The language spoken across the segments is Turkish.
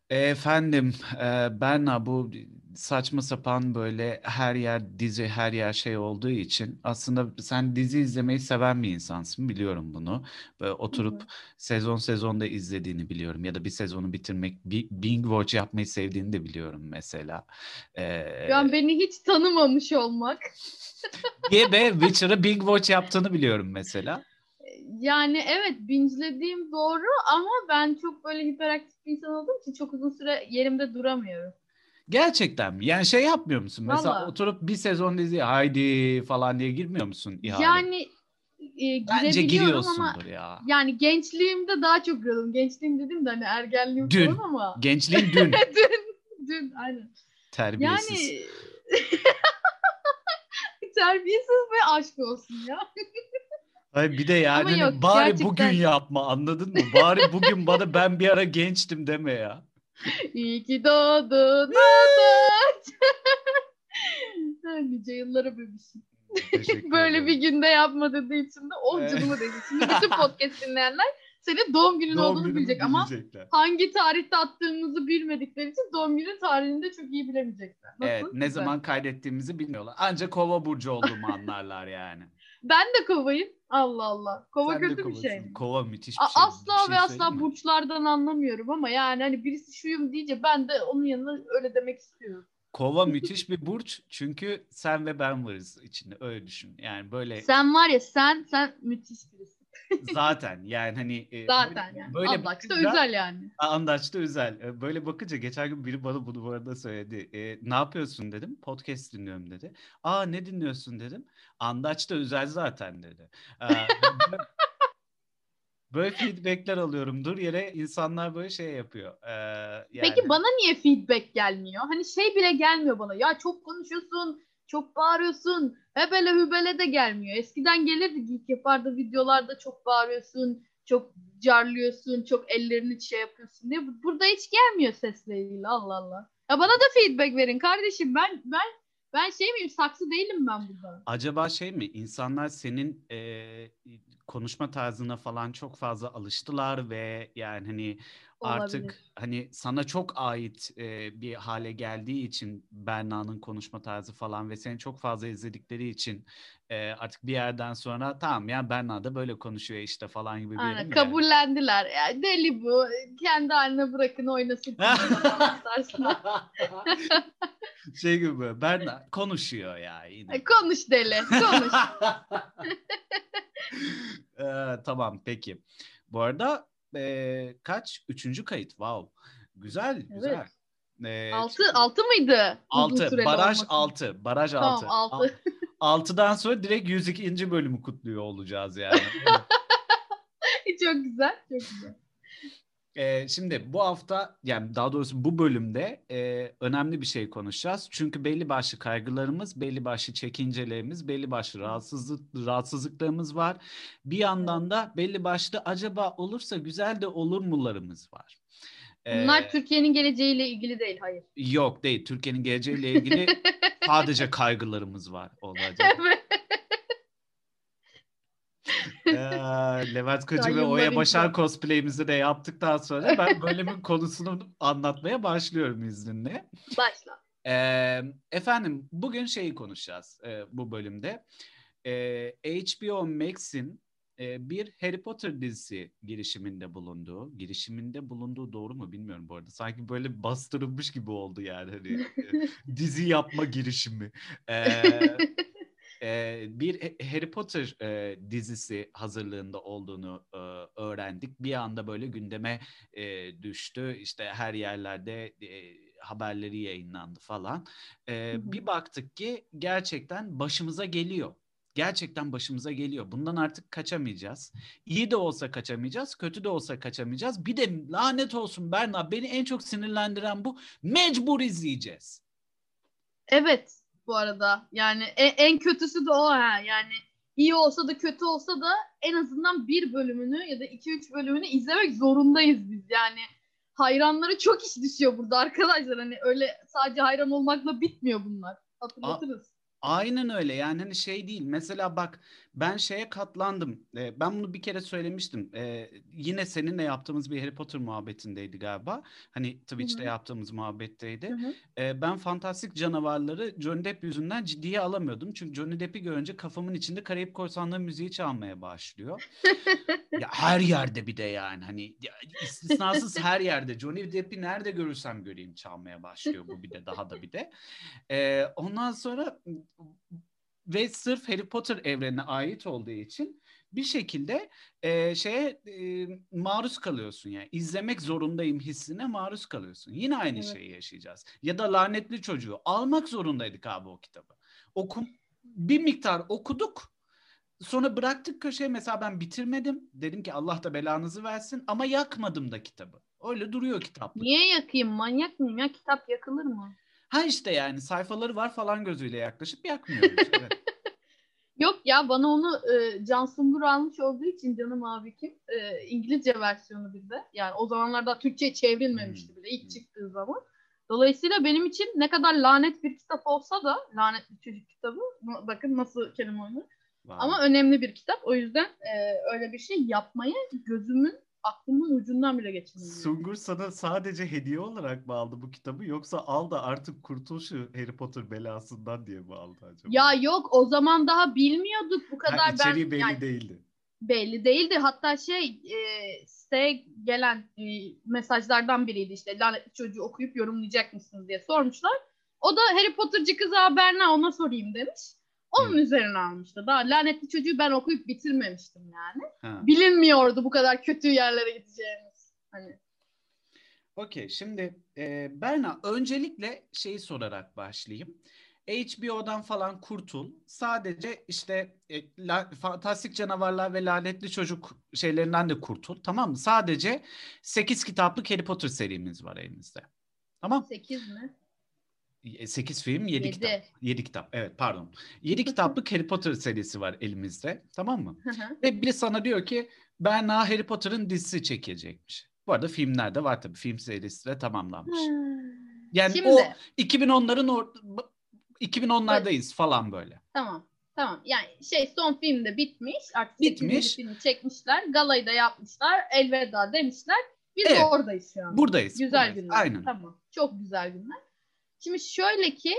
Efendim, Berna bu saçma sapan böyle her yer dizi her yer şey olduğu için aslında sen dizi izlemeyi seven bir insansın biliyorum bunu. Böyle Hı oturup hı. sezon sezonda izlediğini biliyorum ya da bir sezonu bitirmek binge watch yapmayı sevdiğini de biliyorum mesela. Şu E, an beni hiç tanımamış olmak. diye be Witcher'ı binge watch yaptığını biliyorum mesela. Yani evet bingelediğim doğru ama ben çok böyle hiperaktif bir insan olduğum için çok uzun süre yerimde duramıyorum. Gerçekten mi? Yani şey yapmıyor musun? Mesela Valla. oturup bir sezon dizi haydi falan diye girmiyor musun ihale? Yani Bence girebiliyorum ama giriyorsundur ya. yani gençliğimde daha çok giriyordum. Gençliğim dedim de hani ergenliğim falan Dün. ama Gençliğin dün. dün aynen. Terbiyesiz. Yani terbiyesiz ve aşk olsun ya. Ay bir de yani Ama yok hani bari bugün gerçekten yapma anladın mı? Bari bugün bana ben bir ara gençtim deme ya. iyi ki doğdun Adaç. Nice yıllara bebişim. Teşekkür Böyle bir ederim. günde yapma dediği için de oh Eh, canıma değsin. Şimdi bütün podcast dinleyenler senin doğum günün Doğum olduğunu günümü bilecek ama bilecekler. hangi tarihte attığımızı bilmedikleri için doğum günün tarihini de çok iyi bilemeyecekler. Evet, Nasıl? ne Güzel. zaman kaydettiğimizi bilmiyorlar. Ancak Kova burcu olduğumu anlarlar yani. Ben de kovayım. Allah Allah. Kova Sen de kötü bir şey Kovasın. mi? Kova müthiş bir şey. Bir Asla şey ve söyleyeyim asla mi? burçlardan anlamıyorum ama yani hani birisi şuyum deyince ben de onun yanına öyle demek istiyorum. Kova müthiş bir burç çünkü sen ve ben varız içinde öyle düşün. Yani böyle Sen var ya sen müthiş birisin. zaten yani hani böyle, Zaten yani. böyle Andaç da bakınca özel yani. Andaç'ta özel. Böyle bakınca geçen gün biri bana bunu bu arada söyledi. Ne yapıyorsun dedim. Podcast dinliyorum dedi. Aa ne dinliyorsun dedim. Andaç'ta özel zaten dedi. Böyle, böyle feedbackler alıyorum. Dur yere insanlar böyle şey yapıyor. Peki Yani bana niye feedback gelmiyor? Hani şey bile gelmiyor bana. Ya çok konuşuyorsun, çok bağırıyorsun. Hebele hübele de gelmiyor. Eskiden gelirdi Geek yapardı videolarda çok bağırıyorsun, çok carlıyorsun, çok ellerini şey yapıyorsun diye. Burada hiç gelmiyor sesle ilgili. Allah Allah. Ya bana da feedback verin kardeşim. Ben şey miyim? Saksı değilim ben burada. acaba şey mi? İnsanlar senin konuşma tarzına falan çok fazla alıştılar ve yani hani artık Olabilir. hani sana çok ait bir hale geldiği için Berna'nın konuşma tarzı falan ve seni çok fazla izledikleri için artık bir yerden sonra tamam ya Berna da böyle konuşuyor işte falan gibi bir yere Aynen mi geldi? kabullendiler. Ya deli bu. Kendi haline bırakın oynasın kızıyla falan tarzında. Şey gibi Berna konuşuyor ya yine. Konuş deli, konuş. Tamam peki. Bu arada kaç? Üçüncü kayıt. Wow. Güzel, güzel. Evet. Altı, Çünkü altı mıydı uzun 6. süreli Baraj olması? 6. Baraj Tamam 6. altı. 6'dan sonra direkt 102. bölümü kutluyor olacağız yani. Çok güzel, çok güzel. Şimdi bu hafta yani daha doğrusu bu bölümde önemli bir şey konuşacağız. Çünkü belli başlı kaygılarımız, belli başlı çekincelerimiz, belli başlı rahatsızlıklarımız var. Bir Evet. yandan da belli başlı acaba olursa güzel de olur mularımız var. E, Bunlar Türkiye'nin geleceğiyle ilgili değil, hayır. yok değil. Türkiye'nin geleceğiyle ilgili sadece kaygılarımız var olacak. Evet. Ee, Levent Kırcı ve Kayyumlar Oya Başar intro. cosplay'imizi de yaptıktan sonra ben bölümün konusunu anlatmaya başlıyorum izninle. Başla. Efendim bugün şeyi konuşacağız bu bölümde. HBO Max'in bir Harry Potter dizisi girişiminde bulunduğu doğru mu bilmiyorum bu arada. Sanki böyle bastırılmış gibi oldu yani hani dizi yapma girişimi. Bir Harry Potter dizisi hazırlığında olduğunu öğrendik. Bir anda böyle gündeme düştü. İşte her yerlerde haberleri yayınlandı falan. Hı hı. Bir baktık ki gerçekten başımıza geliyor. Gerçekten başımıza geliyor. Bundan artık kaçamayacağız. İyi de olsa kaçamayacağız, kötü de olsa kaçamayacağız. Bir de lanet olsun Berna, beni en çok sinirlendiren bu. Mecbur izleyeceğiz. Evet, bu arada. Yani en kötüsü de o ha. Yani iyi olsa da kötü olsa da en azından bir bölümünü ya da iki üç bölümünü izlemek zorundayız biz. Yani hayranları çok iş düşüyor burada arkadaşlar. Hani öyle sadece hayran olmakla bitmiyor bunlar. A- Hatırlatırız. Aynen öyle, yani hani şey değil. Mesela bak, ben şeye katlandım. Ben bunu bir kere söylemiştim. Yine seninle yaptığımız bir Harry Potter muhabbetindeydi galiba. Hani Hı Twitch'te hı. yaptığımız Hı muhabbetteydi. hı. Ben fantastik canavarları Johnny Depp yüzünden ciddiye alamıyordum. Çünkü Johnny Depp'i görünce kafamın içinde Karayip Korsanları müziği çalmaya başlıyor. Ya her yerde, bir de yani hani ya, istisnasız her yerde Johnny Depp'i nerede görürsem göreyim çalmaya başlıyor bu, bir de daha da bir de. Ondan sonra ve sırf Harry Potter evrenine ait olduğu için bir şekilde maruz kalıyorsun yani. İzlemek zorundayım hissine maruz kalıyorsun. Yine aynı Evet. şeyi yaşayacağız. Ya da Lanetli Çocuğu almak zorundaydık abi o kitabı. Bir miktar okuduk. Sonra bıraktık köşeye, mesela ben bitirmedim. Dedim ki Allah da belanızı versin, ama yakmadım da kitabı. Öyle duruyor kitaplık. Niye yakayım? Manyak mıyım ya? Kitap yakılır mı? Ha işte yani sayfaları var falan gözüyle yaklaşıp yakmıyoruz. Evet. Yok ya, bana onu Can Sungur almış olduğu için canım abi kim? İngilizce versiyonu bir de. Yani o zamanlarda Türkçe Hmm. çevrilmemişti bile ilk çıktığı zaman. Dolayısıyla benim için ne kadar lanet bir kitap olsa da, lanet bir çocuk kitabı, bakın nasıl kelime oyunu. Ama Wow. önemli bir kitap. O yüzden öyle bir şey yapmaya gözümün, aklımın ucundan bile geçirmedim yani. Sungur sana sadece hediye olarak mı aldı bu kitabı, yoksa al da artık kurtul şu Harry Potter belasından diye mi aldı acaba? Ya yok, o zaman daha bilmiyorduk bu Ha, kadar, ben içeriği belli yani değildi. belli değildi. Hatta siteye gelen mesajlardan biriydi, işte lanetli çocuğu okuyup yorumlayacak mısınız diye sormuşlar. O da Harry Potter'cı kızı Berna, ona sorayım demiş. Onun Hmm. üzerine almıştı. Daha lanetli çocuğu ben okuyup bitirmemiştim yani. Ha. Bilinmiyordu bu kadar kötü yerlere gideceğimiz. Hani Okey, şimdi Berna, öncelikle şeyi sorarak başlayayım. HBO'dan falan kurtul. Sadece işte Fantastik Canavarlar ve Lanetli Çocuk şeylerinden de kurtul. Tamam mı? Sadece 8 kitaplık Harry Potter serimiz var elimizde. Tamam. 8 mi? 8 film, 7 kitap. 7. 7 kitap. Evet, pardon. 7 kitaplık Harry Potter serisi var elimizde. Tamam mı? Hı hı. Ve biri sana diyor ki Berna, Harry Potter'ın dizisi çekilecekmiş. Bu arada filmler de var tabii. Film serisi de tamamlanmış. Yani o Şimdi 2010'ların 'ların, 2010'lardayız falan böyle. tamam. Tamam. Yani son film de bitmiş. Artık 8. Bitmiş. filmi çekmişler. Galayı da yapmışlar. Elveda demişler. Biz Evet. oradayız şu anda. Buradayız. Güzel Buradayız. günler. Aynen. Tamam. Çok güzel günler. Şimdi şöyle ki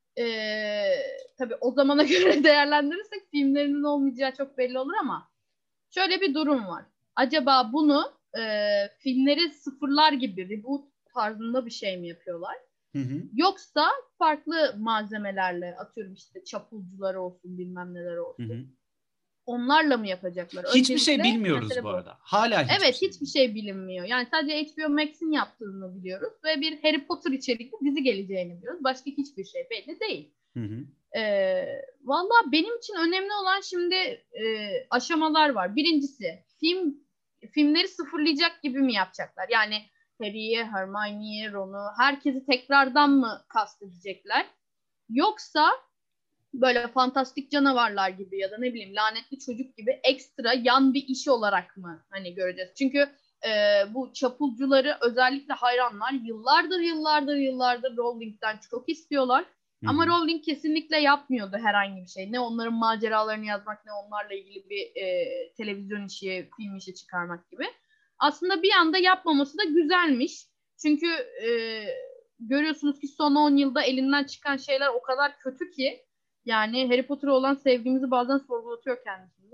tabii o zamana göre değerlendirirsek filmlerinin olmayacağı çok belli olur ama şöyle bir durum var. Acaba bunu filmleri sıfırlar gibi reboot tarzında bir şey mi yapıyorlar? Hı hı. Yoksa farklı malzemelerle, atıyorum işte çapulcular olsun, bilmem neler Hı olsun, hı. onlarla mı yapacaklar? Hiçbir şey Öncelikle bilmiyoruz mesele bu bu. arada. Hala hiçbir Evet, şey hiçbir bilmiyoruz. şey bilinmiyor. Yani sadece HBO Max'in yaptığını biliyoruz ve bir Harry Potter içerikli dizi geleceğini biliyoruz. Başka hiçbir şey belli değil. Hı hı. Valla benim için önemli olan şimdi aşamalar var. Birincisi, filmleri sıfırlayacak gibi mi yapacaklar? Yani Harry'yi, Hermione'yi, Ron'u, herkesi tekrardan mı kastedecekler? Yoksa böyle fantastik canavarlar gibi ya da ne bileyim lanetli çocuk gibi ekstra yan bir iş olarak mı hani göreceğiz? Çünkü bu çapulcuları özellikle hayranlar yıllardır Rowling'den çok istiyorlar. Hı Ama hı. Rowling kesinlikle yapmıyordu herhangi bir şey. Ne onların maceralarını yazmak, ne onlarla ilgili bir televizyon işi, film işi çıkarmak gibi. Aslında bir anda yapmaması da güzelmiş. Çünkü e, görüyorsunuz ki son 10 yılda elinden çıkan şeyler o kadar kötü ki, yani Harry Potter'a olan sevgimizi bazen sorgulatıyor kendimize.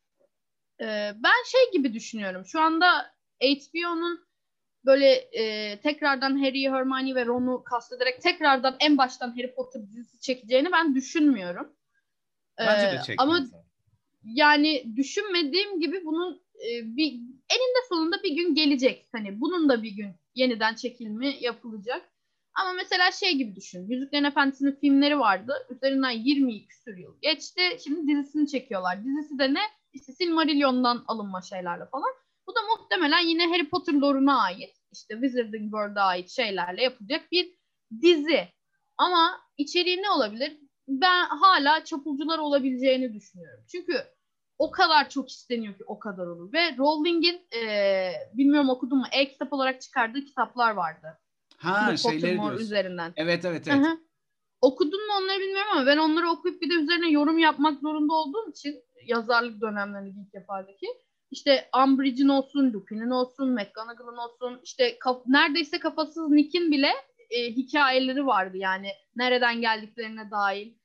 Ben şey gibi düşünüyorum. Şu anda HBO'nun böyle tekrardan Harry, Hermione ve Ron'u kastederek tekrardan en baştan Harry Potter dizisi çekeceğini ben düşünmüyorum. Bence de Ama çekmezler. yani düşünmediğim gibi bunun bir eninde sonunda bir gün gelecek. Hani bunun da bir gün yeniden çekilimi yapılacak. Ama mesela şey gibi düşün. Yüzüklerin Efendisi'nin filmleri vardı. Üzerinden 20 küsur yıl geçti. Şimdi dizisini çekiyorlar. Dizisi de ne? İşte Silmarillion'dan alınma şeylerle falan. Bu da muhtemelen yine Harry Potter lore'una ait, işte Wizarding World'a ait şeylerle yapılacak bir dizi. Ama içeriği ne olabilir? Ben hala çapulcular olabileceğini düşünüyorum. Çünkü o kadar çok isteniyor ki o kadar olur. Ve Rowling'in bilmiyorum okudun mu, e-kitap olarak çıkardığı kitaplar vardı. Ha, Bu şeyleri Pottermore diyorsun. üzerinden. Evet, evet, Hı evet. hı. Okudun mu onları bilmiyorum ama ben onları okuyup bir de üzerine yorum yapmak zorunda olduğum için yazarlık dönemlerinde Geek Yapar'daki işte Umbridge'in olsun, Lupin'in olsun, McGonagall'ın olsun işte neredeyse kafasız Nick'in bile hikayeleri vardı yani nereden geldiklerine dair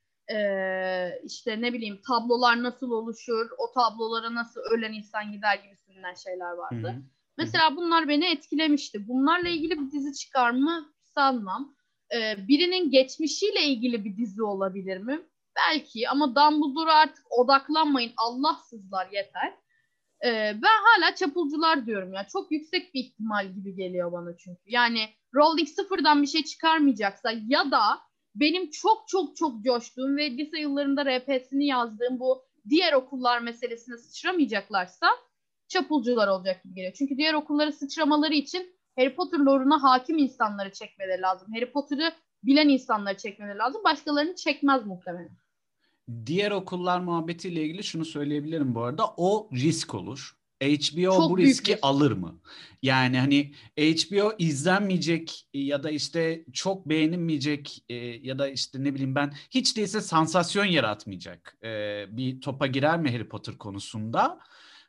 işte ne bileyim tablolar nasıl oluşur, o tablolara nasıl ölen insan gider gibisinden şeyler vardı. Hı-hı. Mesela bunlar beni etkilemişti. Bunlarla ilgili bir dizi çıkar mı sanmam. Birinin geçmişiyle ilgili bir dizi olabilir mi? Belki ama Dumbledore'a artık odaklanmayın. Allahsızlar yeter. Ben hala çapulcular diyorum ya. Çok yüksek bir ihtimal gibi geliyor bana çünkü. Yani Rowling sıfırdan bir şey çıkarmayacaksa ya da benim çok çok çok coştuğum ve lise yıllarında RP'sini yazdığım bu diğer okullar meselesine sıçramayacaklarsa çapulcular olacak gibi geliyor. Çünkü diğer okulları sıçramaları için Harry Potter lore'una hakim insanları çekmeleri lazım. Harry Potter'ı bilen insanları çekmeleri lazım. Başkalarını çekmez muhtemelen. Diğer okullar muhabbetiyle ilgili şunu söyleyebilirim bu arada. O risk olur. HBO bu Çok büyük riski risk. alır mı? Yani hani HBO izlenmeyecek ya da işte çok beğenilmeyecek ya da işte ne bileyim ben hiç değilse sansasyon yaratmayacak bir topa girer mi Harry Potter konusunda?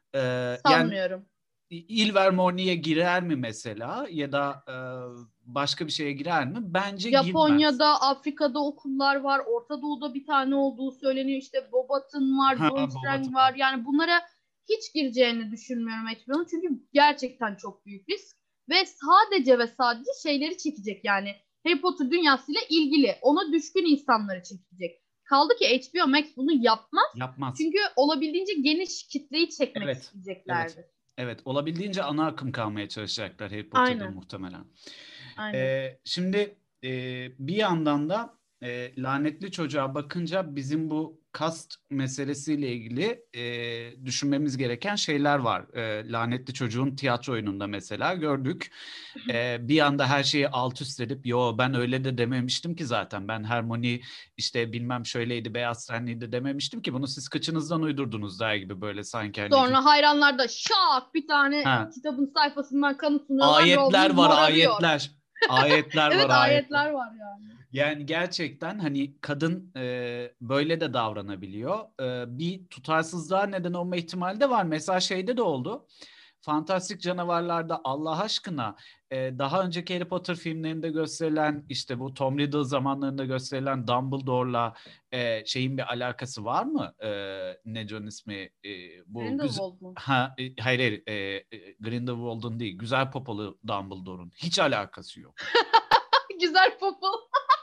Yani Sanmıyorum. Ilvermorny'e girer mi mesela ya da başka bir şeye girer mi? Bence girmez. Japonya'da, Afrika'da okullar var. Orta Doğu'da bir tane olduğu söyleniyor. İşte Bobat'ın var, Ha, Durmstrang Bobat'ı var. var. Yani bunlara hiç gireceğini düşünmüyorum HBO'nun. Çünkü gerçekten çok büyük risk. Ve sadece ve sadece şeyleri çekecek yani. Harry Potter dünyasıyla ilgili. Ona düşkün insanları çekecek. Kaldı ki HBO Max bunu yapmaz. Yapmaz. Çünkü olabildiğince geniş kitleyi çekmek Evet. Evet. isteyeceklerdir. Evet. Olabildiğince ana akım kalmaya çalışacaklar Harry Potter'da Aynen. muhtemelen. Aynen. Şimdi bir yandan da lanetli çocuğa bakınca bizim bu kast meselesiyle ilgili düşünmemiz gereken şeyler var. Lanetli çocuğun tiyatro oyununda mesela gördük. Bir anda her şeyi alt üst edip yo ben öyle de dememiştim ki zaten ben Hermione işte bilmem şöyleydi beyaz tenliydi dememiştim ki bunu siz kıçınızdan uydurdunuz der gibi böyle sanki hani Sonra hayranlar da şak bir tane ha, kitabın sayfasından kanıt sunuyorlar. ayetler Rowling var morarıyor. ayetler. Ayetler Evet var ayetler. ayetler var yani. Yani gerçekten hani kadın böyle de davranabiliyor. Bir tutarsızlığa neden olma ihtimali de var. Mesela şeyde de oldu. Fantastik canavarlarda Allah aşkına daha önceki Harry Potter filmlerinde gösterilen işte bu Tom Riddle zamanlarında gösterilen Dumbledore'la şeyin bir alakası var mı? Ne John ismi? Bu güzel... Grindelwald mu? Ha, hayır hayır Grindelwald'un değil. Güzel popolu Dumbledore'un. Hiç alakası yok. Güzel popol.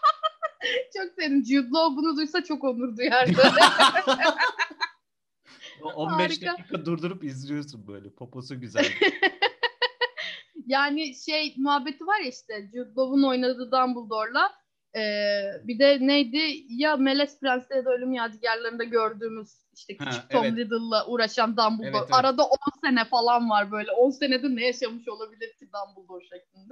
Çok senin Jude Law bunu duysa çok onur duyardı. 15 Harika. dakika durdurup izliyorsun böyle. Poposu güzel. Yani şey muhabbeti var ya işte Jude Law'un oynadığı Dumbledore'la bir de neydi ya Melez Prens'te ya da Ölüm Yadigarları'nda gördüğümüz işte Ha, küçük Tom evet. Riddle'la uğraşan Dumbledore. Evet evet. Arada 10 sene falan var böyle. 10 senede ne yaşamış olabilir ki Dumbledore şeklinde.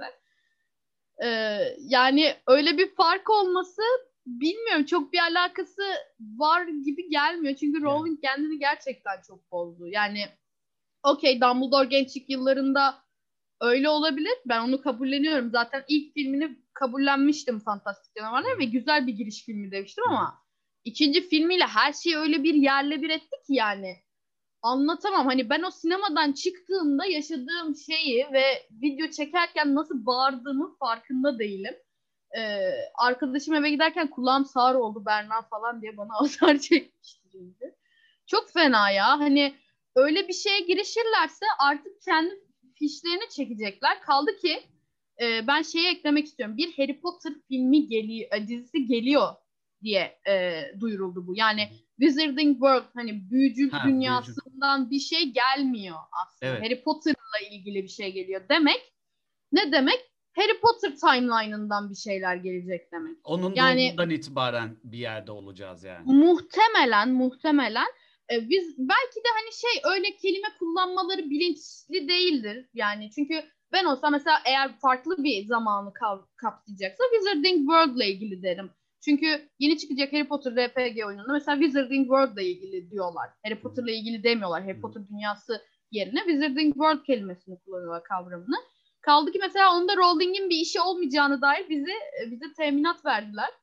Yani öyle bir fark olması bilmiyorum çok bir alakası var gibi gelmiyor. Çünkü Yani. Rowling kendini gerçekten çok bozdu. Yani okey Dumbledore gençlik yıllarında öyle olabilir. Ben onu kabulleniyorum. Zaten ilk filmini kabullenmiştim Fantastik Canavarlar ve güzel bir giriş filmi demiştim Hı hı. ama ikinci filmiyle her şeyi öyle bir yerle bir etti ki yani anlatamam. Hani ben o sinemadan çıktığımda yaşadığım şeyi ve video çekerken nasıl bağırdığımın farkında değilim. Arkadaşım eve giderken kulağım sağır oldu Berna falan diye bana azar çekmişti çünkü. Çok fena ya. Hani öyle bir şeye girişirlerse artık kendi fişlerini çekecekler. Kaldı ki ben şeyi eklemek istiyorum. Bir Harry Potter filmi geliyor, dizisi geliyor diye duyuruldu bu. Yani Wizarding World hani büyücü Ha, büyücü. dünyasından bir şey gelmiyor aslında. Evet. Harry Potter'la ilgili bir şey geliyor demek. Ne demek? Harry Potter timeline'ından bir şeyler gelecek demek. Onun Yani doğumundan itibaren bir yerde olacağız yani. muhtemelen biz belki de hani şey öyle kelime kullanmaları bilinçli değildir. Yani çünkü ben olsam mesela eğer farklı bir zamanı kapsayacaksa Wizarding World ile ilgili derim. Çünkü yeni çıkacak Harry Potter RPG oyununda mesela Wizarding World ile ilgili diyorlar. Harry Hı Potter ile ilgili demiyorlar. Harry hı. Potter dünyası yerine Wizarding World kelimesini kullanıyorlar kavramını. Kaldı ki mesela onda Rowling'in bir işi olmayacağını dair bize teminat verdiler.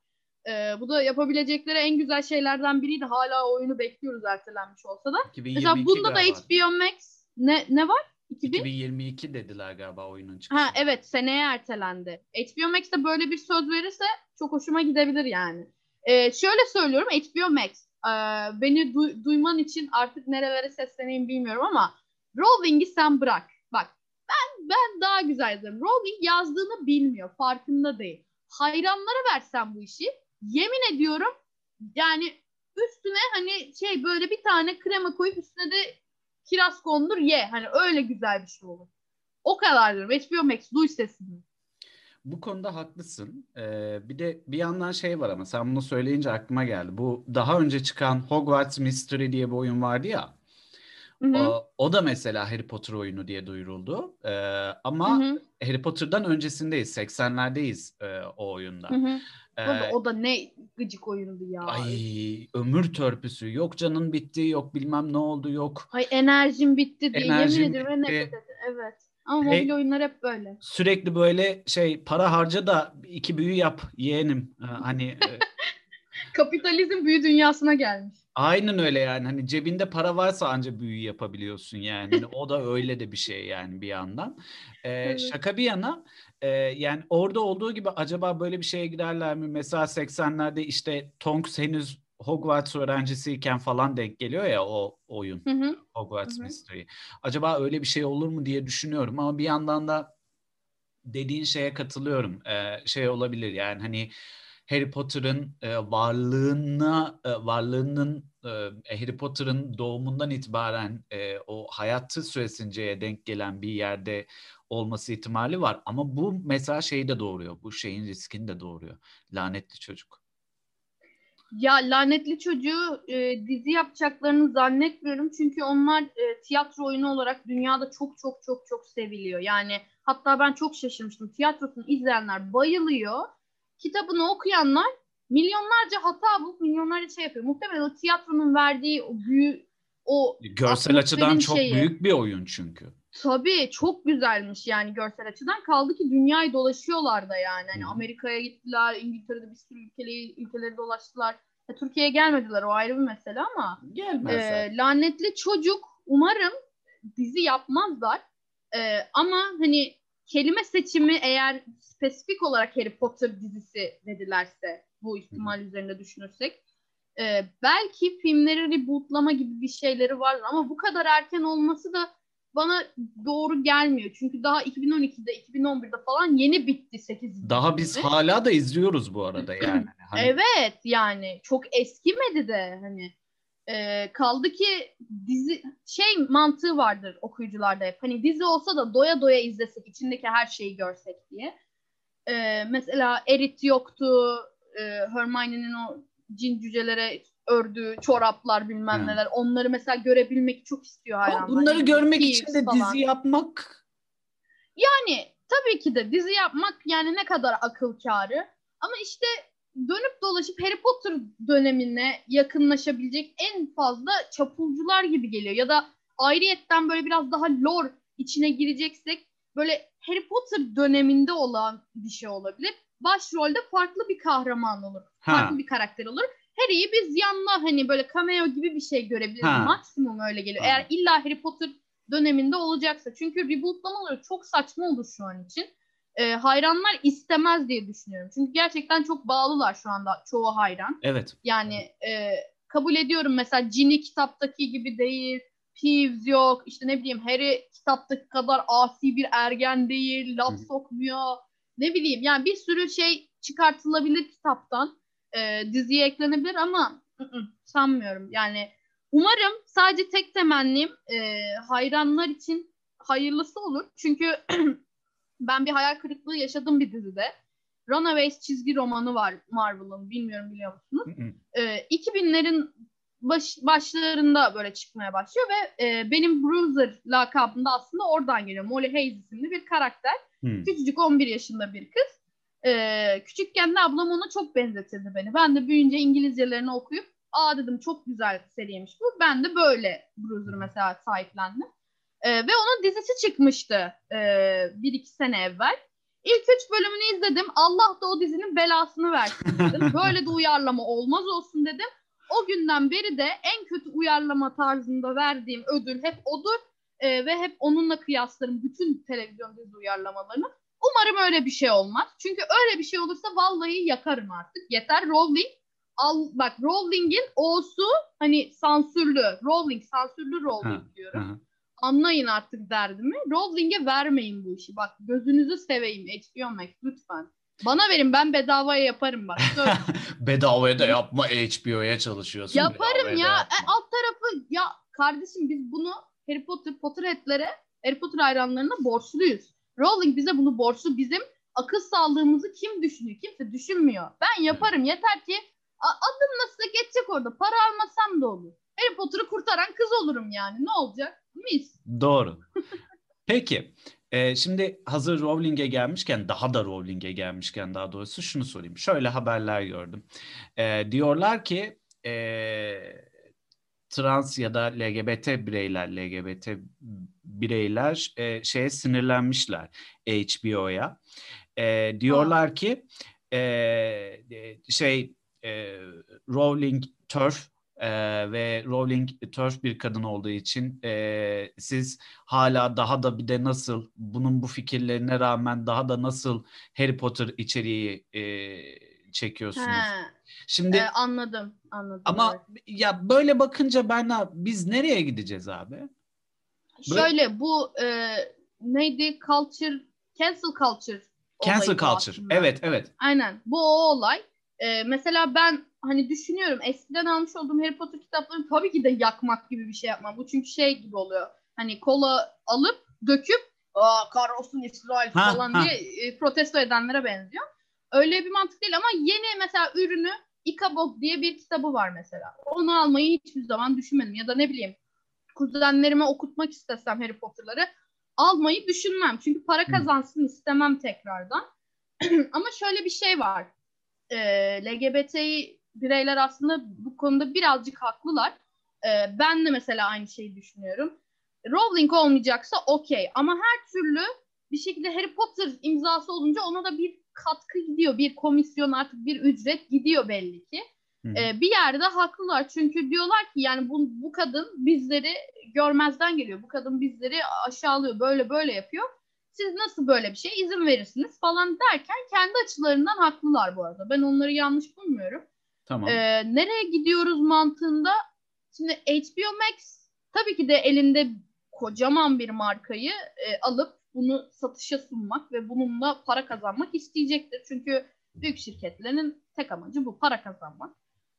Bu da yapabilecekleri en güzel şeylerden biriydi. Hala oyunu bekliyoruz ertelenmiş olsa da. Mesela 2022 bunda da galiba. HBO Max ne var? 2022 dediler galiba oyunun Ha çıkışı. evet, seneye ertelendi. HBO Max de böyle bir söz verirse çok hoşuma gidebilir yani. Şöyle söylüyorum, HBO Max beni duyman için artık nerelere sesleneyim bilmiyorum ama Rowling'i sen bırak. Bak, ben daha güzel yazarım. Rowling yazdığını bilmiyor, farkında değil. Hayranlara versen bu işi, yemin ediyorum yani üstüne hani şey böyle bir tane krema koyup üstüne de kiraz kondur ye. Hani öyle güzel bir şey olur. O kadar diyorum. HBO Max duy sesini. Bu konuda haklısın. Bir de bir yandan şey var ama sen bunu söyleyince aklıma geldi. Bu daha önce çıkan Hogwarts Mystery diye bir oyun vardı ya. Hı hı. O da mesela Harry Potter oyunu diye duyuruldu. Hı Ama hı. Harry Potter'dan öncesindeyiz. 80'lerdeyiz o Hı oyunda. hı. Abi, Ee, o da ne gıcık oyundu ya. Ay ömür törpüsü. Yok canın bitti, yok bilmem ne oldu, yok Ay, enerjim bitti diye yemin enerjim ederim ve nefret bitti. ettim. Evet. Ama mobil He, oyunlar hep böyle. sürekli böyle şey para harca da iki büyü yap yeğenim. Hani Kapitalizm büyü dünyasına gelmiş. aynen öyle yani. Hani cebinde para varsa anca büyü yapabiliyorsun yani. Hani o da öyle de bir şey yani bir yandan. Evet. Şaka bir yana yani orada olduğu gibi acaba böyle bir şeye giderler mi? Mesela 80'lerde işte Tonks henüz Hogwarts öğrencisiyken falan denk geliyor ya o oyun. Hı hı. Hı Hogwarts hı. Mystery. Acaba öyle bir şey olur mu diye düşünüyorum ama bir yandan da dediğin şeye katılıyorum. Şey olabilir yani hani Harry Potter'ın varlığının Harry Potter'ın doğumundan itibaren o hayatı süresince denk gelen bir yerde olması ihtimali var. Ama bu mesela şeyi de doğuruyor. Bu şeyin riskini de doğuruyor. Lanetli çocuk. Ya lanetli çocuğu dizi yapacaklarını zannetmiyorum. Çünkü onlar tiyatro oyunu olarak dünyada çok çok çok çok seviliyor. Yani hatta ben çok şaşırmıştım. Tiyatrosunu izleyenler bayılıyor. Kitabını okuyanlar milyonlarca hata bulup milyonlarca şey yapıyor. Muhtemelen o tiyatronun verdiği o büyü, o Görsel açıdan atmosferin çok şeyi. büyük bir oyun çünkü. Tabii çok güzelmiş yani görsel açıdan. Kaldı ki dünyayı dolaşıyorlar da yani. Hı Hani hı. Amerika'ya gittiler, İngiltere'de bir sürü ülkeleri dolaştılar. Türkiye'ye gelmediler, o ayrı bir mesele ama Gelmezler. lanetli çocuk umarım dizi yapmazlar. Ama hani kelime seçimi eğer spesifik olarak Harry Potter dizisi dedilerse bu Hı hı. ihtimal üzerinde düşünürsek belki filmleri rebootlama gibi bir şeyleri var ama bu kadar erken olması da bana doğru gelmiyor. Çünkü daha 2012'de, 2011'de falan yeni bitti 8. Daha biz filmi. hala da izliyoruz bu arada yani. Hani Evet yani çok eskimedi de hani kaldı ki dizi şey mantığı vardır okuyucularda hep. Hani dizi olsa da doya doya izlesek, içindeki her şeyi görsek diye. Mesela Erit yoktu. Hermione'nin o cin cücelere ördüğü çoraplar bilmem ha. neler. Onları mesela görebilmek çok istiyor Ama hayranlar. bunları Ne bileyim görmek için Peeves de dizi falan. yapmak Yani tabii ki de dizi yapmak yani ne kadar akıl kârı. Ama işte dönüp dolaşıp Harry Potter dönemine yakınlaşabilecek en fazla çapulcular gibi geliyor. Ya da ayrıyetten böyle biraz daha lore içine gireceksek böyle Harry Potter döneminde olan bir şey olabilir. Başrolde farklı bir kahraman olur. Farklı ha bir karakter olur. Harry'i biz yanına hani böyle cameo gibi bir şey görebiliriz. ha Maksimum öyle geliyor. Eğer anladım. illa Harry Potter döneminde olacaksa. Çünkü rebootlamaları çok saçma olur şu an için. Hayranlar istemez diye düşünüyorum. Çünkü gerçekten çok bağlılar şu anda çoğu hayran. Evet. Yani kabul ediyorum mesela Ginny kitaptaki gibi değil. Peeves yok. İşte ne bileyim Harry kitaptaki kadar asi bir ergen değil. Hı Laf hı. sokmuyor. Ne bileyim yani bir sürü şey çıkartılabilir kitaptan. Diziye eklenebilir ama sanmıyorum. Yani umarım sadece tek temennim hayranlar için hayırlısı olur. Çünkü ben bir hayal kırıklığı yaşadım bir dizide. Runaways çizgi romanı var Marvel'ın. Bilmiyorum biliyor musunuz? Hı hı. 2000'lerin başlarında böyle çıkmaya başlıyor ve benim Bruiser lakabım da aslında oradan geliyor. Molly Hayes isimli bir karakter. Hı. Küçücük 11 yaşında bir kız. Küçükken de ablam ona çok benzetirdi beni. Ben de büyüyünce İngilizcelerini okuyup dedim çok güzel seriymiş bu. Ben de böyle Bruiser'ı mesela sahiplendim. Ve onun dizisi çıkmıştı 1-2 sene evvel. İlk 3 bölümünü izledim. Allah da o dizinin belasını versin dedim. Böyle de uyarlama olmaz olsun dedim. O günden beri de en kötü uyarlama tarzında verdiğim ödül hep odur. Ve hep onunla kıyaslarım bütün televizyon dizi uyarlamalarını. Umarım öyle bir şey olmaz. Çünkü öyle bir şey olursa vallahi yakarım artık. Yeter. Rowling, bak, Rowling'in O'su hani sansürlü. Rowling, sansürlü Rowling diyorum. Anlayın artık derdimi. Rowling'e vermeyin bu işi. Bak, gözünüzü seveyim HBO Max lütfen. Bana verin, ben bedavaya yaparım bak. Bedavaya da yapma, HBO'ya çalışıyorsun. Yaparım ya. Alt tarafı ya kardeşim, biz bunu Harry Potter, Potterhead'lere, Harry Potter hayranlarına borçluyuz. Rowling bize bunu borçlu. Bizim akıl sağlığımızı kim düşünüyor? Kimse düşünmüyor. Ben yaparım. Yeter ki adım nasıl geçecek orada. Para almasam da olur. Harry Potter'ı kurtaran kız olurum yani. Ne olacak? Mis. Doğru. Peki. Şimdi hazır Rowling'e gelmişken, daha da Rowling'e gelmişken daha doğrusu şunu sorayım. Şöyle haberler gördüm. Diyorlar ki trans ya da LGBT bireyler şeye sinirlenmişler HBO'ya. Diyorlar ki Rowling TERF ve Rowling TERF bir kadın olduğu için siz hala daha da bir de nasıl bunun bu fikirlerine rağmen daha da nasıl Harry Potter içeriği çekiyorsunuz? Şimdi anladım. Ama evet. Ya böyle bakınca biz nereye gideceğiz abi? Şöyle bu neydi? Cancel culture. Cancel culture. Evet. Aynen. Bu o olay. Mesela ben hani düşünüyorum, eskiden almış olduğum Harry Potter kitaplarını tabii ki de yakmak gibi bir şey yapmam. Bu çünkü şey gibi oluyor. Hani kola alıp döküp kahrolsun İsrail falan diye protesto edenlere benziyor. Öyle bir mantık değil ama yeni mesela ürünü Ikabog diye bir kitabı var mesela. Onu almayı hiçbir zaman düşünmedim. Ya da ne bileyim, kuzenlerime okutmak istesem Harry Potter'ları almayı düşünmem. Çünkü para kazansın istemem tekrardan. Ama şöyle bir şey var. LGBTİ bireyler aslında bu konuda birazcık haklılar. Ben de mesela aynı şeyi düşünüyorum. Rowling olmayacaksa okey. Ama her türlü bir şekilde Harry Potter imzası olunca ona da bir katkı gidiyor. Bir komisyon, artık bir ücret gidiyor belli ki. Bir yerde haklılar. Çünkü diyorlar ki yani bu kadın bizleri görmezden geliyor. Bu kadın bizleri aşağılıyor. Böyle yapıyor. Siz nasıl böyle bir şeye izin verirsiniz falan derken kendi açılarından haklılar bu arada. Ben onları yanlış bulmuyorum. Tamam. Nereye gidiyoruz mantığında, şimdi HBO Max tabii ki de elinde kocaman bir markayı alıp bunu satışa sunmak ve bununla para kazanmak isteyecektir. Çünkü büyük şirketlerin tek amacı bu, para kazanmak.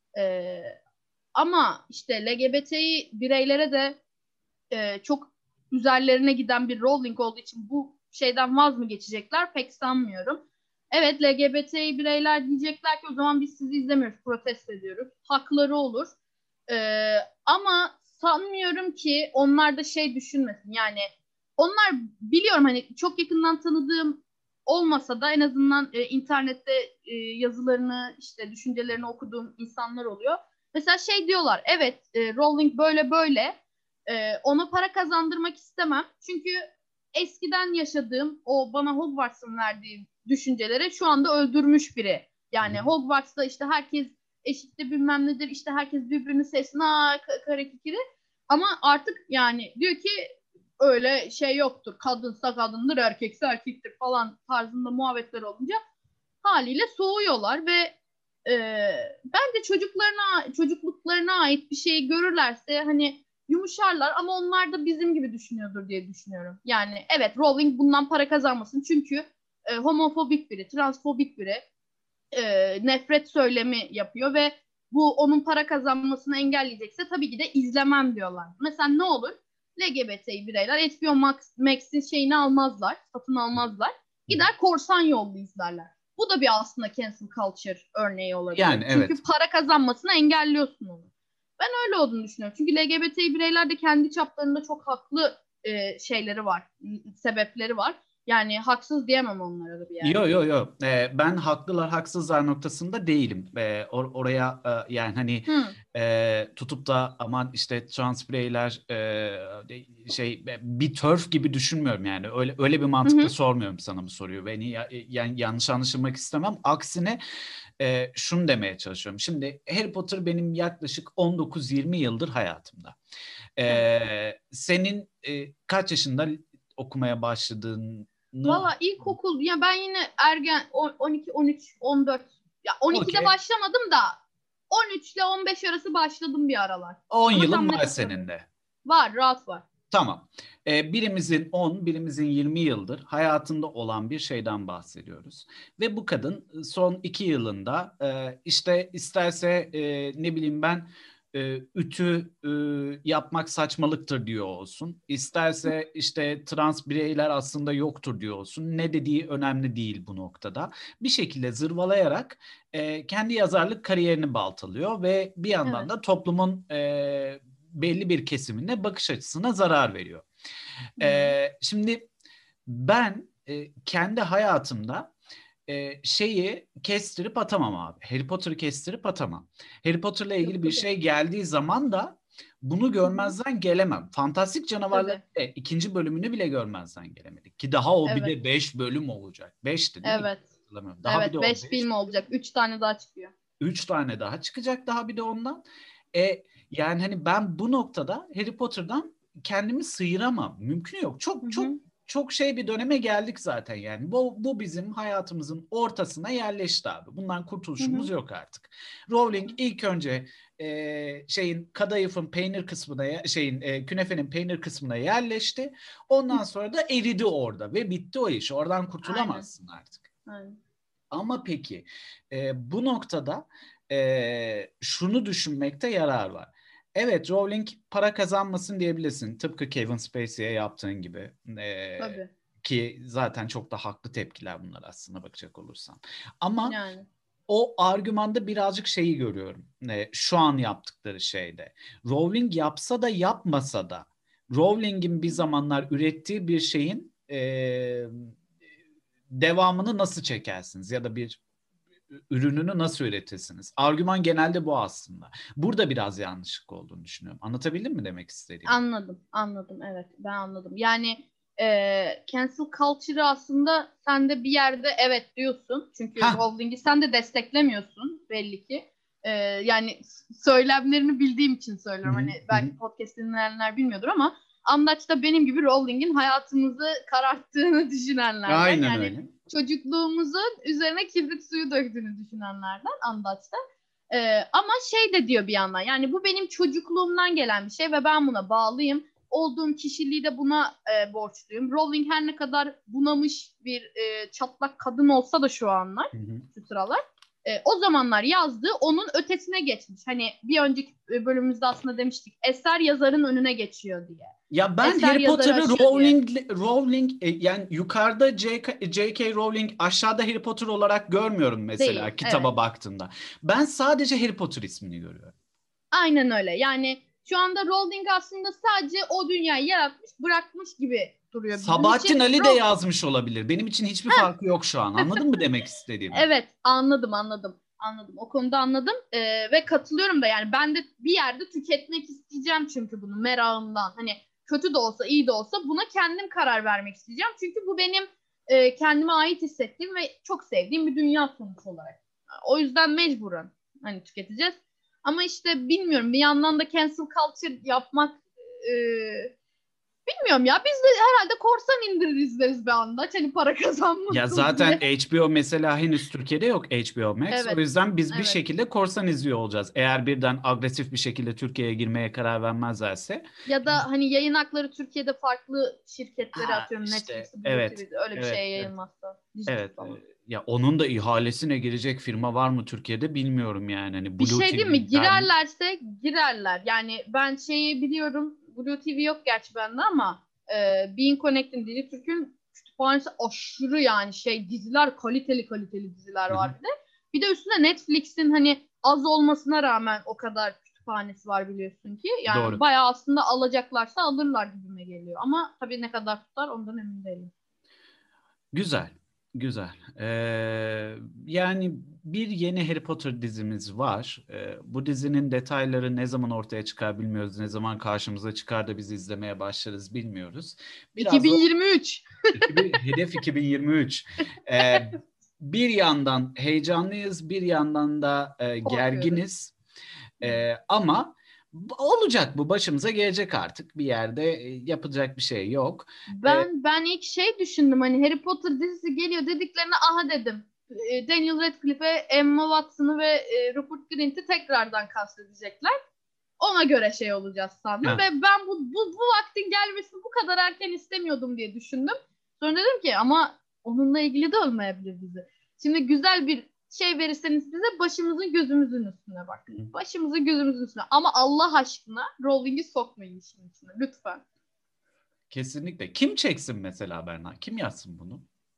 Ama işte LGBTİ bireylere de çok üzerlerine giden bir Rowling olduğu için bu şeyden vaz mı geçecekler pek sanmıyorum. Evet, LGBTİ bireyler diyecekler ki o zaman biz sizi izlemiyoruz, protesto ediyoruz. Hakları olur. Ama sanmıyorum ki onlar da şey düşünmesin. Yani onlar, biliyorum hani çok yakından tanıdığım olmasa da en azından internette yazılarını, işte düşüncelerini okuduğum insanlar oluyor. Mesela şey diyorlar, evet Rowling böyle ona para kazandırmak istemem. Çünkü eskiden yaşadığım o bana Hogwarts'ın verdiği düşünceleri şu anda öldürmüş biri. Yani Hogwarts'ta işte herkes eşittir bilmem nedir, işte herkes birbirini sevsin, kara kikiri. Ama artık yani diyor ki öyle şey yoktur. Kadınsa kadındır, erkekse erkektir falan tarzında muhabbetler olunca haliyle soğuyorlar ve bence çocukluklarına ait bir şeyi görürlerse hani yumuşarlar ama onlar da bizim gibi düşünüyordur diye düşünüyorum. Yani evet, Rowling bundan para kazanmasın çünkü homofobik biri, transfobik biri, nefret söylemi yapıyor ve bu onun para kazanmasını engelleyecekse tabii ki de izlemem diyorlar. Mesela ne olur? LGBT bireyler HBO Max'in şeyini almazlar, satın almazlar. Gider korsan yollu izlerler. Bu da bir aslında cancel culture örneği olabilir. Yani, evet. Çünkü para kazanmasını engelliyorsun onu. Ben öyle olduğunu düşünüyorum. Çünkü LGBT bireyler de kendi çaplarında çok haklı şeyleri var, sebepleri var. Yani haksız diyemem onlara da bir Yo yerde. yo yo. Ben haklılar haksızlar noktasında değilim. Oraya yani hani Hı. tutup da aman işte trans bireyler bir turf gibi düşünmüyorum yani. Öyle bir Hı mantıkla hı. sormuyorum sana bu soruyu. Beni yani yanlış anlaşılmak istemem. Aksine şunu demeye çalışıyorum. Şimdi Harry Potter benim yaklaşık 19-20 yıldır hayatımda. Evet. Senin kaç yaşında okumaya başladığını Valla ilkokul ya ben yine ergen 12, 13, 14 ya 12'de okey. başlamadım da 13 ile 15 arası başladım bir aralar. 10 Ama yılın tam net var senin hatırlamıyorum. de. Var, rahat var. Tamam. Birimizin 10, birimizin 20 yıldır hayatında olan bir şeyden bahsediyoruz. Ve bu kadın son 2 yılında işte isterse ne bileyim ben ütü yapmak saçmalıktır diyor olsun. İsterse işte trans bireyler aslında yoktur diyor olsun. Ne dediği önemli değil bu noktada. Bir şekilde zırvalayarak kendi yazarlık kariyerini baltalıyor ve bir yandan Evet. da toplumun belli bir kesimine bakış açısına zarar veriyor. Hı hı. Şimdi ben kendi hayatımda şeyi kestirip atamam abi. Harry Potter'ı kestirip atamam. Harry Potter'la ilgili Yok bir tabii. şey geldiği zaman da bunu Hı hı. görmezden gelemem. Fantastik Canavarlar Tabii. ikinci bölümünü bile görmezden gelemedik. Ki daha o bir Evet. de 5 bölüm olacak. Beşti değil mi? Evet. Hatırlamıyorum. Daha bir de Evet. o 5 5. film olacak. 3 tane daha çıkıyor. 3 tane daha çıkacak daha bir de ondan. Yani hani ben bu noktada Harry Potter'dan kendimi sıyıramam. Mümkün yok. Hı Çok çok hı. çok şey bir döneme geldik zaten yani. Bu bizim hayatımızın ortasına yerleşti abi. Bundan Hı kurtuluşumuz hı. yok artık. Rowling ilk önce şeyin kadayıfın peynir kısmına künefenin peynir kısmına yerleşti. Ondan sonra da eridi orada ve bitti o iş. Oradan Aynen. kurtulamazsın artık. Aynen. Ama peki bu noktada şunu düşünmekte yarar var. Evet, Rowling para kazanmasın diyebilirsin. Tıpkı Kevin Spacey'e yaptığın gibi. Tabii. Ki zaten çok da haklı tepkiler bunlar aslında bakacak olursan. Ama Yani. o argümanda birazcık şeyi görüyorum. Şu an yaptıkları şeyde. Rowling yapsa da yapmasa da Rowling'in bir zamanlar ürettiği bir şeyin devamını nasıl çekersiniz ya da bir ürününü nasıl üretirsiniz? Argüman genelde bu aslında. Burada biraz yanlışlık olduğunu düşünüyorum. Anlatabildim mi demek istediğimi? Anladım, anladım. Evet, ben anladım. Yani cancel culture'ı aslında sen de bir yerde evet diyorsun. Çünkü Ha, Rowling'i sen de desteklemiyorsun belli ki. Yani söylemlerini bildiğim için hı söylüyorum. hı, Hani hı hı. belki podcast dinleyenler bilmiyordur ama Andaç da benim gibi Rowling'in hayatımızı kararttığını düşünenlerden. Aynen Yani öyle. çocukluğumuzun üzerine kibrit suyu döktüğünü düşünenlerden Andaç'ta. Ama şey de diyor bir yandan yani bu benim çocukluğumdan gelen bir şey ve ben buna bağlıyım. Olduğum kişiliği de buna borçluyum. Rowling her ne kadar bunamış bir çatlak kadın olsa da şu anlar, Hı hı. şu sıralar. O zamanlar yazdığı onun ötesine geçmiş. Hani bir önceki bölümümüzde aslında demiştik eser yazarın önüne geçiyor diye. Ya ben Eser Harry yazarı Potter'ı aşıyor diye. Rowling yani yukarıda J.K. Rowling aşağıda Harry Potter olarak görmüyorum mesela Değil. Evet. kitaba baktığımda. Ben sadece Harry Potter ismini görüyorum. Aynen öyle. Yani şu anda Rowling aslında sadece o dünyayı yaratmış, bırakmış gibi duruyor bizim Sabahattin için. Ali de yazmış olabilir. Benim için hiçbir farkı yok şu an. Anladın mı demek istediğimi? Evet, anladım, anladım. Anladım. O konuda anladım. Ve katılıyorum da yani ben de bir yerde tüketmek isteyeceğim çünkü bunu merakımdan. Hani kötü de olsa, iyi de olsa buna kendim karar vermek isteyeceğim. Çünkü bu benim kendime ait hissettiğim ve çok sevdiğim bir dünya sonuç olarak. O yüzden mecburen hani tüketeceğiz. Ama işte bilmiyorum bir yandan da cancel culture yapmak e, bilmiyorum ya. Biz de herhalde korsan indirir izleriz bir anda. Hani para Ya kazanmasın zaten diye. HBO mesela henüz Türkiye'de yok HBO Max. O Evet. yüzden biz bir Evet. şekilde korsan izliyor olacağız. Eğer birden agresif bir şekilde Türkiye'ye girmeye karar vermezlerse. Ya da hani yayın hakları Türkiye'de farklı şirketlere Ha atıyorum işte Netflix'i, Blue evet. TV'de öyle bir Evet, şeye evet. yayılmazsa. Dijital Evet. falan. Ya onun da ihalesine girecek firma var mı Türkiye'de bilmiyorum yani. Hani Bir Blue şey değil mi? TV der mi? Girerlerse girerler. Yani ben şeyi biliyorum. Blue TV yok gerçi bende ama Being Connect'in Dijitürk'ün kütüphanesi aşırı yani şey diziler kaliteli diziler Hı hı. var bir de. Bir de üstüne Netflix'in hani az olmasına rağmen o kadar kütüphanesi var biliyorsun ki. Yani Doğru. bayağı aslında alacaklarsa alırlar gibime geliyor. Ama tabii ne kadar tutar ondan emin değilim. Güzel, güzel. Yani bir yeni Harry Potter dizimiz var. Bu dizinin detayları ne zaman ortaya çıkar bilmiyoruz. Ne zaman karşımıza çıkar da biz izlemeye başlarız bilmiyoruz. Biraz o 2023. hedef 2023. Ee, Bir yandan heyecanlıyız, bir yandan da Korkuyoruz. gerginiz. Ama olacak, bu başımıza gelecek artık. Bir yerde yapacak bir şey yok. Ben ilk şey düşündüm, hani Harry Potter dizisi geliyor dediklerine aha dedim. Daniel Radcliffe, Emma Watson'ı ve Rupert Grint'i tekrardan kastedecekler. Ona göre şey olacağız sandım Ha. ve ben bu vaktin gelmesini bu kadar erken istemiyordum diye düşündüm. Sonra dedim ki ama onunla ilgili de olmayabilir dizi. Şimdi güzel bir şey verirseniz bize başımızın gözümüzün üstüne bak. Başımızın gözümüzün üstüne. Ama Allah aşkına Rowling'i sokmayın işin içine. Lütfen. Kesinlikle. Kim çeksin mesela Berna? Kim yazsın bunu?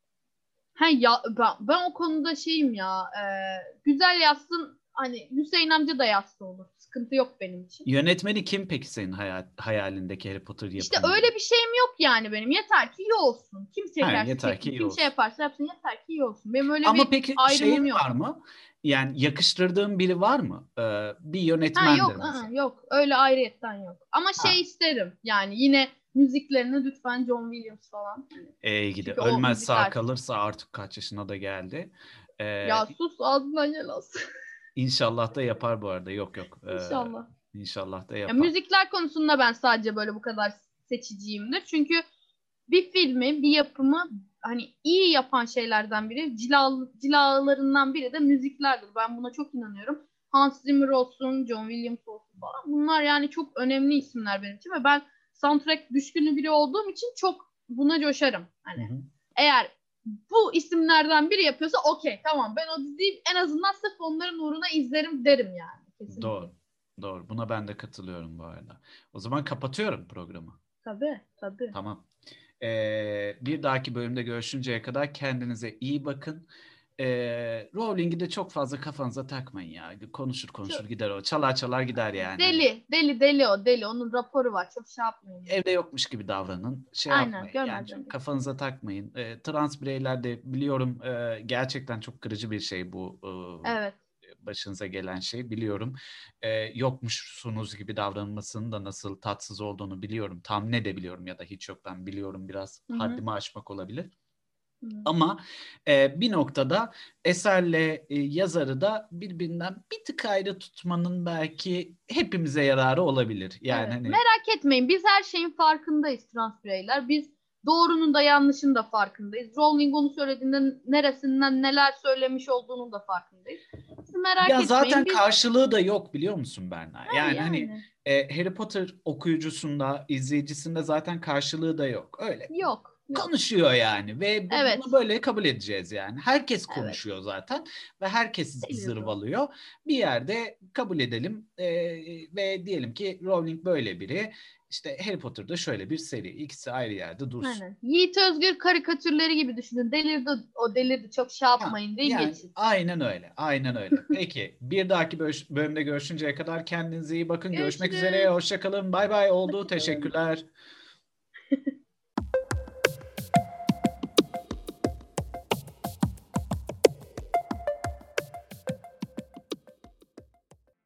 Ha ya ben o konuda şeyim ya. Güzel yazsın. Hani Hüseyin amca da yazsa olur. Sıkıntı yok benim için. Yönetmeni kim peki senin hayalindeki Harry Potter İşte yapımı? öyle bir şeyim yok yani benim. Yeter ki iyi olsun. Kim Ha, çekerse yeter ki çeksin. iyi Kim şey olsun. yaparsa yapsın. Yeter ki iyi olsun. Benim öyle Ama bir peki ayrımım şeyin var yok. mı? Yani yakıştırdığın biri var mı? Bir Ha yönetmendir yok, mesela. yok. Öyle ayrıyetten yok. Ama şey Ha. isterim. Yani yine müziklerini lütfen John Williams falan. Gidi. Çünkü o Ölmez sağ müzikler. kalırsa artık kaç yaşına da geldi. Ee, Ya sus ağzından yel alsın. inşallah da yapar bu arada. Yok yok. İnşallah. İnşallah da Ya yapar. müzikler konusunda ben sadece böyle bu kadar seçiciyimdir. Çünkü bir filmi, bir yapımı hani iyi yapan şeylerden biri, cilalarından biri de müziklerdir. Ben buna çok inanıyorum. Hans Zimmer olsun, John Williams olsun falan. Bunlar yani çok önemli isimler benim için ve ben soundtrack düşkünü biri olduğum için çok buna coşarım. Hı Hani hı. eğer bu isimlerden biri yapıyorsa okey tamam, ben o diziyi en azından sırf onların uğruna izlerim derim yani. Kesinlikle. Doğru. Doğru. Buna ben de katılıyorum bu arada. O zaman kapatıyorum programı. Tabii tabii. Tamam. Bir dahaki bölümde görüşünceye kadar kendinize iyi bakın. Rowling'i de çok fazla kafanıza takmayın ya. Konuşur konuşur Çok, gider o. Çalar çalar gider yani. Hani deli o deli. Onun raporu var. Çok şey yapmayın. evde yokmuş gibi davranın. Şey Aynen, yapmayın. Yani görmezden çok gelin. kafanıza takmayın. Trans bireyler de biliyorum gerçekten çok kırıcı bir şey bu. Evet. Başınıza gelen şey biliyorum. Yokmuşsunuz gibi davranmasının da nasıl tatsız olduğunu biliyorum. Tahmin edebiliyorum ya da hiç yoktan biliyorum, biraz Hı-hı. haddimi aşmak olabilir. Hı-hı. Ama bir noktada eserle yazarı da birbirinden bir tık ayrı tutmanın belki hepimize yararı olabilir. Yani Evet. hani Merak etmeyin. Biz her şeyin farkındayız trans bireyler. Biz doğrunun da yanlışın da farkındayız. Rowling onu söylediğinde neresinden neler söylemiş olduğunun da farkındayız. Siz merak ya etmeyin. zaten Biz karşılığı da yok biliyor musun Berna? ha, Yani hani yani Harry Potter okuyucusunda, izleyicisinde zaten karşılığı da yok. Öyle yok. Yok. konuşuyor yani ve bunu Evet. böyle kabul edeceğiz yani. Herkes Evet. konuşuyor zaten ve herkes Deli Rom. zırvalıyor. Bir yerde kabul edelim ve diyelim ki Rowling böyle biri. İşte Harry Potter'da şöyle bir seri. İkisi ayrı yerde dursun. Aynen. Yiğit Özgür karikatürleri gibi düşünün. Delirdi, o delirdi. Çok şey Ha, yapmayın deyin yani geçin. aynen öyle. Aynen öyle. Peki bir dahaki bölümde görüşünceye kadar kendinize iyi bakın. Görüşmek üzere. Görüşürüz. Hoşça kalın. Bay bay oldu. Hoşçakalın. Teşekkürler.